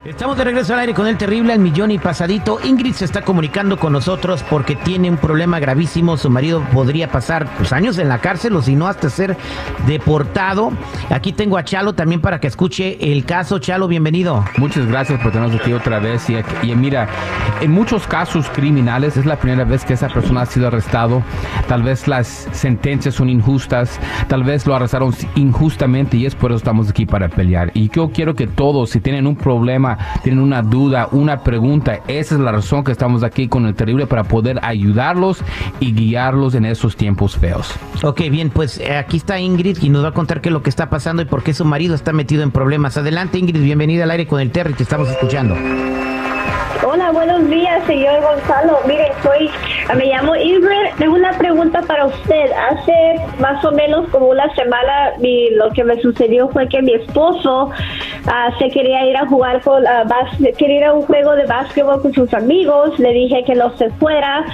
Estamos de regreso al aire con el terrible al millón y pasadito. Ingrid se está comunicando con nosotros porque tiene un problema gravísimo. Su marido podría pasar años en la cárcel o si no hasta ser deportado. Aquí tengo a Chalo también para que escuche el caso. Chalo, bienvenido. Muchas gracias por tenernos aquí otra vez. Y mira, en muchos casos criminales es la primera vez que esa persona ha sido arrestado. Tal vez las sentencias son injustas, tal vez lo arrestaron injustamente y es por eso estamos aquí para pelear. Y yo quiero que todos, si tienen un problema, tienen una duda, una pregunta, esa es la razón que estamos aquí con el terrible, para poder ayudarlos y guiarlos en esos tiempos feos. Ok, bien, pues aquí está Ingrid y nos va a contar qué es lo que está pasando y por qué su marido está metido en problemas. Adelante, Ingrid, bienvenida al aire con el Terry, te estamos escuchando. Hola, buenos días, señor Gonzalo. Mire, me llamo Ingrid. Tengo una pregunta para usted. Hace más o menos como una semana, lo que me sucedió fue que mi esposo se quería ir a jugar quería ir a un juego de básquetbol con sus amigos. Le dije que no se fuera.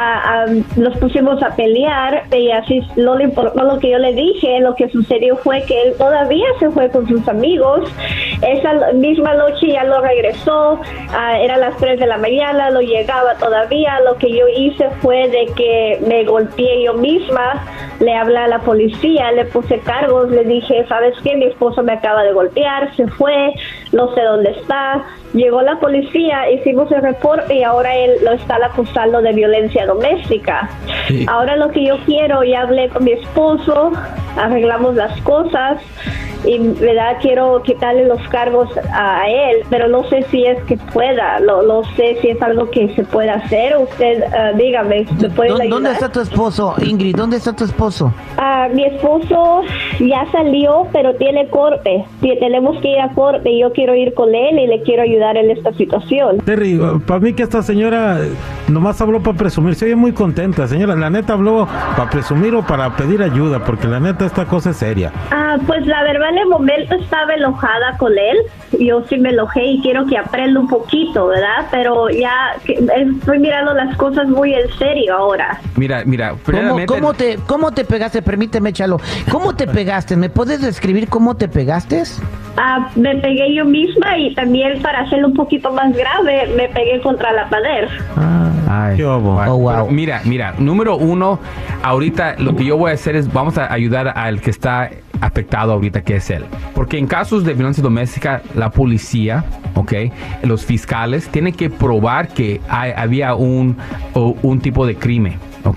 Nos pusimos a pelear y así no le importó lo que yo le dije. Lo que sucedió fue que él todavía se fue con sus amigos. Esa misma noche ya lo regresó. Era las 3 de la mañana, lo llegaba todavía. Lo que yo hice fue de que me golpeé yo misma, le hablé a la policía, le puse cargos, le dije, ¿sabes qué? Mi esposo me acaba de golpear, se fue, no sé dónde está. Llegó la policía, hicimos el reporte y ahora él lo están acusando de violencia doméstica. Sí. Ahora lo que yo quiero, ya hablé con mi esposo, arreglamos las cosas y verdad quiero quitarle los cargos a él, pero no sé si es que pueda, no sé si es algo que se pueda hacer. Usted dígame, ¿me puede ayudar? ¿Dónde está tu esposo, Ingrid? ¿Dónde está tu esposo? Mi esposo ya salió, pero tiene corte. Tenemos que ir a corte y yo quiero ir con él y le quiero ayudar en esta situación. Terry, para mí que esta señora nomás habló para presumir, se oye muy contenta, señora. La neta habló para presumir o para pedir ayuda, porque la neta esta cosa es seria. Pues la verdad en el momento estaba enojada con él. Yo sí me enojé y quiero que aprenda un poquito, ¿verdad? Pero ya estoy mirando las cosas muy en serio ahora. Mira, ¿Cómo te pegaste? Permíteme, Chalo. ¿Cómo te pegaste? ¿Me puedes describir cómo te pegaste? Me pegué yo misma y también, para hacerlo un poquito más grave, me pegué contra la pared. Ay, qué obo. Oh, wow. Mira, número uno, ahorita lo que yo voy a hacer es, vamos a ayudar al que está afectado ahorita, que es él. Porque en casos de violencia doméstica, la policía, los fiscales, tienen que probar que había un tipo de crimen.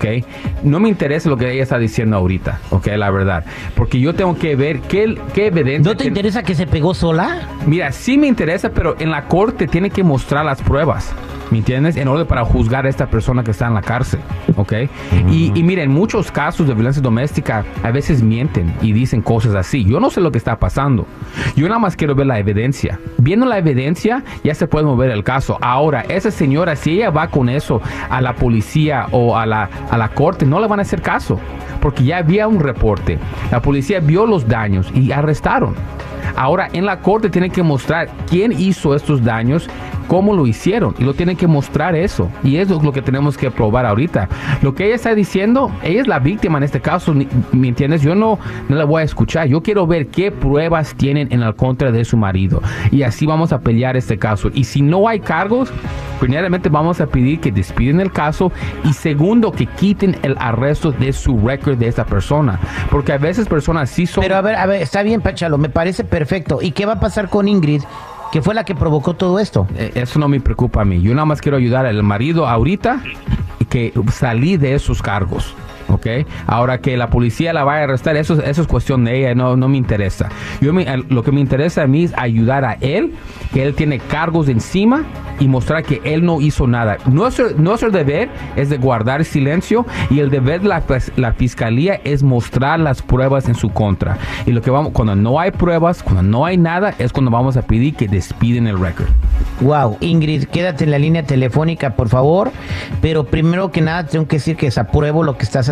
No me interesa lo que ella está diciendo ahorita, la verdad, porque yo tengo que ver qué evidencia. ¿No te interesa que se pegó sola? Mira, sí me interesa, pero en la corte tiene que mostrar las pruebas, ¿me entiendes? En orden para juzgar a esta persona que está en la cárcel, y mira, en muchos casos de violencia doméstica a veces mienten y dicen cosas así. Yo no sé lo que está pasando, yo nada más quiero ver la evidencia. Viendo la evidencia ya se puede mover el caso. Ahora, esa señora, si ella va con eso a la policía o a la corte, no le van a hacer caso, porque ya había un reporte, la policía vio los daños y arrestaron. Ahora en la corte tienen que mostrar quién hizo estos daños, cómo lo hicieron, y lo tienen que mostrar eso, y eso es lo que tenemos que probar ahorita. Lo que ella está diciendo, ella es la víctima en este caso, ¿me entiendes? Yo no la voy a escuchar. Yo quiero ver qué pruebas tienen en la contra de su marido, y así vamos a pelear este caso. Y si no hay cargos, primeramente vamos a pedir que despiden el caso, y segundo, que quiten el arresto de su récord de esta persona, porque a veces personas sí son... Pero a ver, está bien, Pachalo, me parece perfecto. ¿Y qué va a pasar con Ingrid, que fue la que provocó todo esto? Eso no me preocupa a mí. Yo nada más quiero ayudar al marido ahorita y que salí de esos cargos. Ahora que la policía la vaya a arrestar, eso es cuestión de ella, no me interesa. Lo que me interesa a mí es ayudar a él, que él tiene cargos encima, y mostrar que él no hizo nada. Nuestro deber es de guardar silencio, y el deber de la fiscalía es mostrar las pruebas en su contra. Y cuando no hay pruebas, cuando no hay nada, es cuando vamos a pedir que despiden el récord. Wow, Ingrid, quédate en la línea telefónica, por favor. Pero primero que nada tengo que decir que desapruebo lo que estás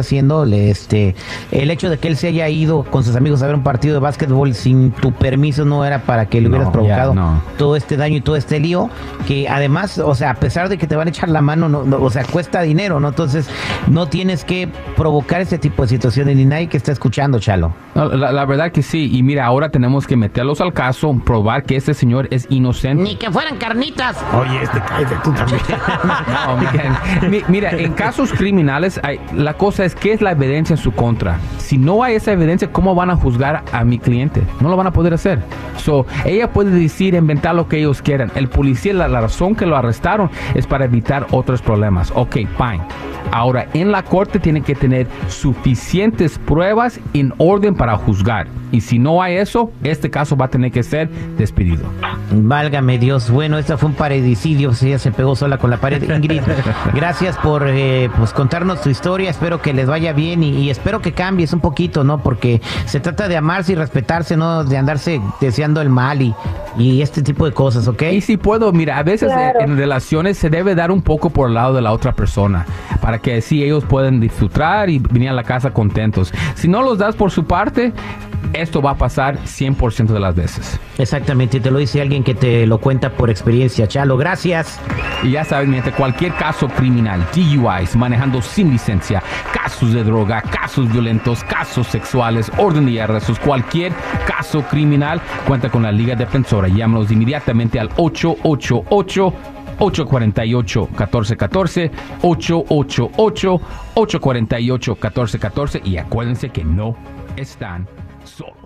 haciendo. El hecho de que él se haya ido con sus amigos a ver un partido de básquetbol sin tu permiso no era para que le hubieras provocado todo este daño y todo este lío, que además, o sea, a pesar de que te van a echar la mano, o sea, cuesta dinero, ¿no? Entonces, no tienes que provocar ese tipo de situaciones ni nadie que está escuchando, Chalo. No, la verdad que sí, y mira, ahora tenemos que meterlos al caso, probar que este señor es inocente. Ni que fueran carnitas. Oye, cállate tú también. No, mira, en casos criminales, la cosa es qué es la evidencia en su contra. Si no hay esa evidencia, ¿cómo van a juzgar a mi cliente? No lo van a poder hacer. Ella puede decir, inventar lo que ellos quieran. El policía, la razón que lo arrestaron es para evitar otros problemas. Ok, fine. Ahora, en la corte tienen que tener suficientes pruebas en orden para juzgar. Y si no hay eso, este caso va a tener que ser despedido. Válgame Dios. Bueno, esta fue un paredicidio. Ella se pegó sola con la pared. Ingrid, gracias por pues contarnos tu historia. Espero que les vaya bien y espero que cambies un poquito, ¿no? Porque se trata de amarse y respetarse, no de andarse deseando el mal y este tipo de cosas, ¿ok? Y si puedo, mira, a veces en relaciones se debe dar un poco por el lado de la otra persona para que así ellos puedan disfrutar y venir a la casa contentos. Si no los das por su parte, esto va a pasar 100% de las veces. Exactamente, te lo dice alguien que te lo cuenta por experiencia. Chalo, gracias. Y ya sabes, mediante cualquier caso criminal, DUIs, manejando sin licencia, casos de droga, casos violentos, casos sexuales, orden de arrestos, cualquier caso criminal, cuenta con la Liga Defensora. Llámanos inmediatamente al 888-848-1414, 888-848-1414 y acuérdense que no están solos.